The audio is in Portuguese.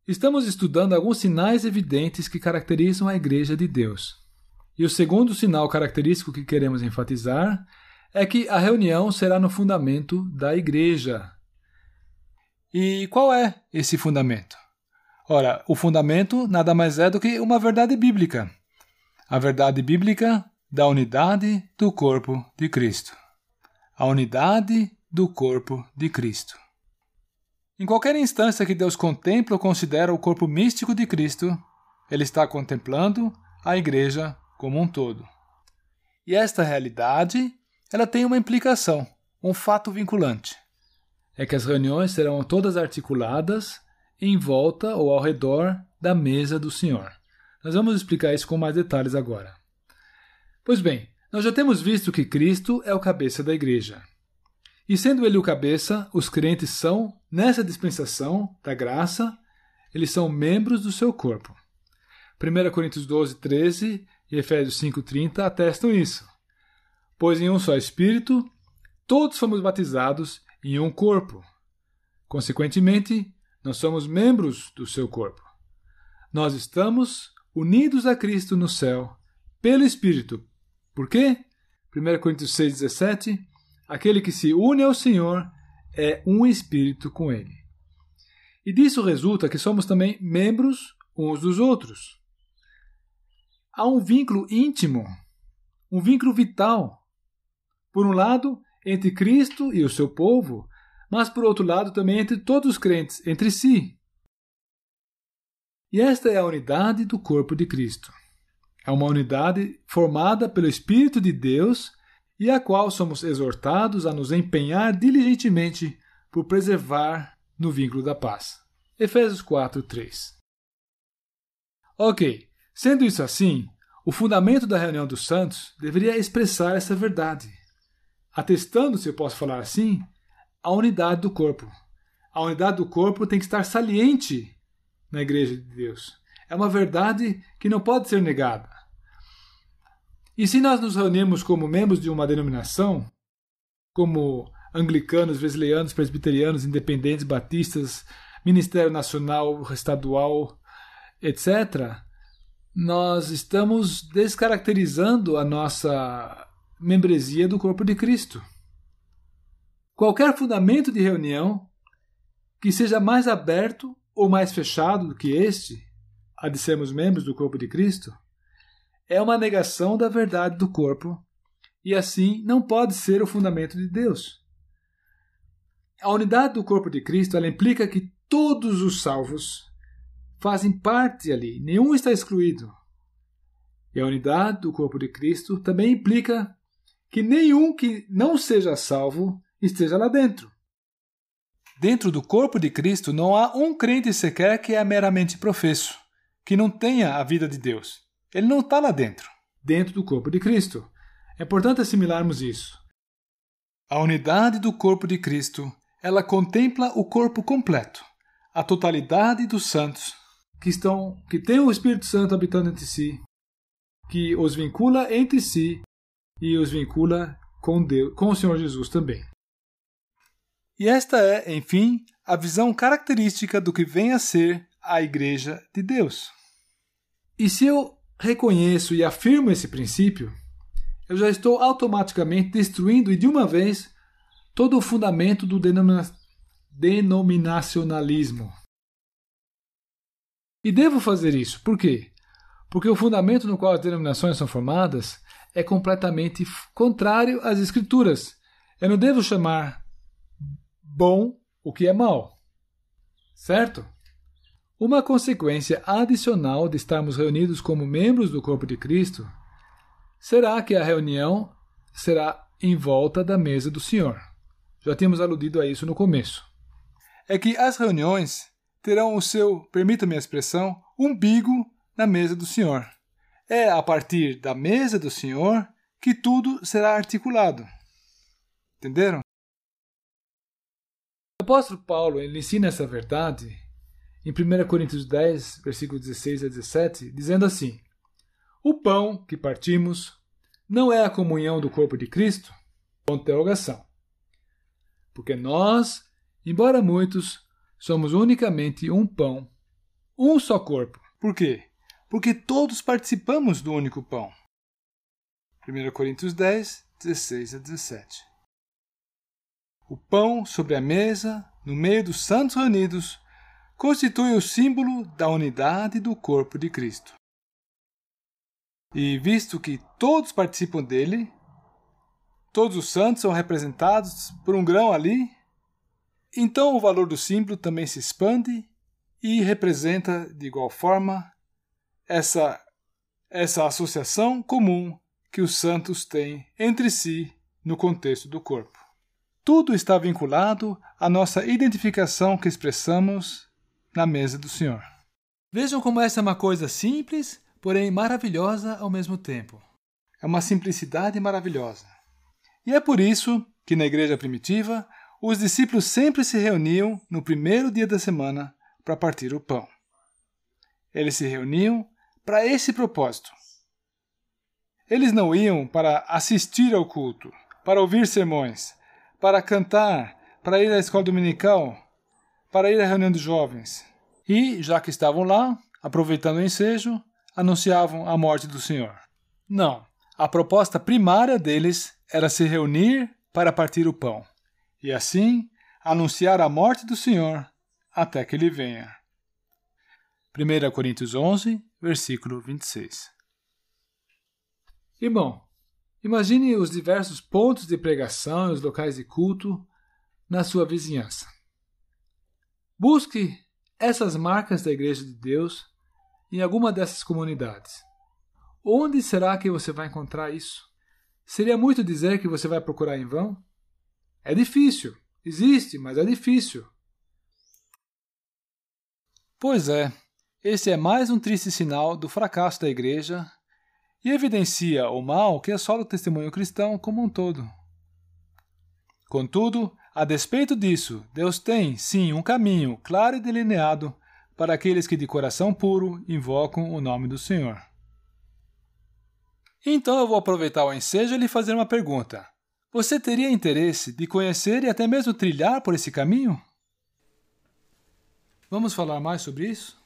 Estamos estudando alguns sinais evidentes que caracterizam a Igreja de Deus. E o segundo sinal característico que queremos enfatizar é que a reunião será no fundamento da Igreja. E qual é esse fundamento? Ora, o fundamento nada mais é do que uma verdade bíblica. A verdade bíblica da unidade do corpo de Cristo. A unidade do corpo de Cristo. Em qualquer instância que Deus contempla ou considera o corpo místico de Cristo, Ele está contemplando a Igreja como um todo. E esta realidade, ela tem uma implicação, um fato vinculante. É que as reuniões serão todas articuladas em volta ou ao redor da mesa do Senhor. Nós vamos explicar isso com mais detalhes agora. Pois bem, nós já temos visto que Cristo é o cabeça da Igreja. E sendo Ele o cabeça, os crentes são, nessa dispensação da graça, eles são membros do seu corpo. 1 Coríntios 12, 13 e Efésios 5, 30 atestam isso. Pois em um só Espírito, todos fomos batizados em um corpo. Consequentemente, nós somos membros do seu corpo. Nós estamos unidos a Cristo no céu, pelo Espírito. Por quê? 1 Coríntios 6, 17, aquele que se une ao Senhor é um Espírito com Ele. E disso resulta que somos também membros uns dos outros. Há um vínculo íntimo, um vínculo vital. Por um lado, entre Cristo e o seu povo, mas por outro lado também entre todos os crentes, entre si. E esta é a unidade do corpo de Cristo. É uma unidade formada pelo Espírito de Deus e a qual somos exortados a nos empenhar diligentemente por preservar no vínculo da paz. Efésios 4, 3. Ok, sendo isso assim, o fundamento da reunião dos santos deveria expressar essa verdade, atestando, se eu posso falar assim, a unidade do corpo. A unidade do corpo tem que estar saliente na Igreja de Deus. É uma verdade que não pode ser negada. E se nós nos reunirmos como membros de uma denominação, como anglicanos, wesleyanos, presbiterianos, independentes, batistas, Ministério Nacional, Estadual, etc., nós estamos descaracterizando a nossa membresia do corpo de Cristo. Qualquer fundamento de reunião que seja mais aberto ou mais fechado do que este, a de sermos membros do corpo de Cristo, é uma negação da verdade do corpo e assim não pode ser o fundamento de Deus. A unidade do corpo de Cristo ela implica que todos os salvos fazem parte ali, nenhum está excluído. E a unidade do corpo de Cristo também implica que nenhum que não seja salvo esteja lá dentro. Dentro do corpo de Cristo não há um crente sequer que é meramente professo, que não tenha a vida de Deus. Ele não está lá dentro, dentro do corpo de Cristo. É importante assimilarmos isso. A unidade do corpo de Cristo, ela contempla o corpo completo, a totalidade dos santos, que têm o Espírito Santo habitando entre si, que os vincula entre si e os vincula com Deus, com o Senhor Jesus também. E esta é, enfim, a visão característica do que vem a ser a Igreja de Deus. E se eu reconheço e afirmo esse princípio, eu já estou automaticamente destruindo e de uma vez todo o fundamento do denominacionalismo. E devo fazer isso. Por quê? Porque o fundamento no qual as denominações são formadas é completamente contrário às Escrituras. Eu não devo chamar bom o que é mal. Certo? Uma consequência adicional de estarmos reunidos como membros do corpo de Cristo será que a reunião será em volta da mesa do Senhor. Já tínhamos aludido a isso no começo. É que as reuniões terão o seu, permita-me a expressão, umbigo na mesa do Senhor. É a partir da mesa do Senhor que tudo será articulado. Entenderam? O apóstolo Paulo ele ensina essa verdade em 1 Coríntios 10, versículos 16 a 17, dizendo assim: o pão que partimos não é a comunhão do corpo de Cristo? Interrogação. Porque nós, embora muitos, somos unicamente um pão um só corpo. Por quê? Porque todos participamos do único pão. 1 Coríntios 10, 16 a 17. O pão sobre a mesa, no meio dos santos reunidos, constitui o símbolo da unidade do corpo de Cristo. E visto que todos participam dele, todos os santos são representados por um grão ali, então o valor do símbolo também se expande e representa de igual forma essa associação comum que os santos têm entre si no contexto do corpo. Tudo está vinculado à nossa identificação que expressamos na mesa do Senhor. Vejam como essa é uma coisa simples, porém maravilhosa ao mesmo tempo. É uma simplicidade maravilhosa. E é por isso que na igreja primitiva, os discípulos sempre se reuniam no primeiro dia da semana para partir o pão. Eles se reuniam para esse propósito. Eles não iam para assistir ao culto, para ouvir sermões, para cantar, para ir à escola dominical, para ir à reunião dos jovens. E, já que estavam lá, aproveitando o ensejo, anunciavam a morte do Senhor. Não, a proposta primária deles era se reunir para partir o pão, e assim anunciar a morte do Senhor até que ele venha. 1 Coríntios 11, versículo 26. Irmão, imagine os diversos pontos de pregação e os locais de culto na sua vizinhança. Busque essas marcas da Igreja de Deus em alguma dessas comunidades. Onde será que você vai encontrar isso? Seria muito dizer que você vai procurar em vão? É difícil. Existe, mas é difícil. Pois é, esse é mais um triste sinal do fracasso da Igreja e evidencia o mal que assola o testemunho cristão como um todo. Contudo, a despeito disso, Deus tem, sim, um caminho claro e delineado para aqueles que de coração puro invocam o nome do Senhor. Então eu vou aproveitar o ensejo e lhe fazer uma pergunta. Você teria interesse de conhecer e até mesmo trilhar por esse caminho? Vamos falar mais sobre isso?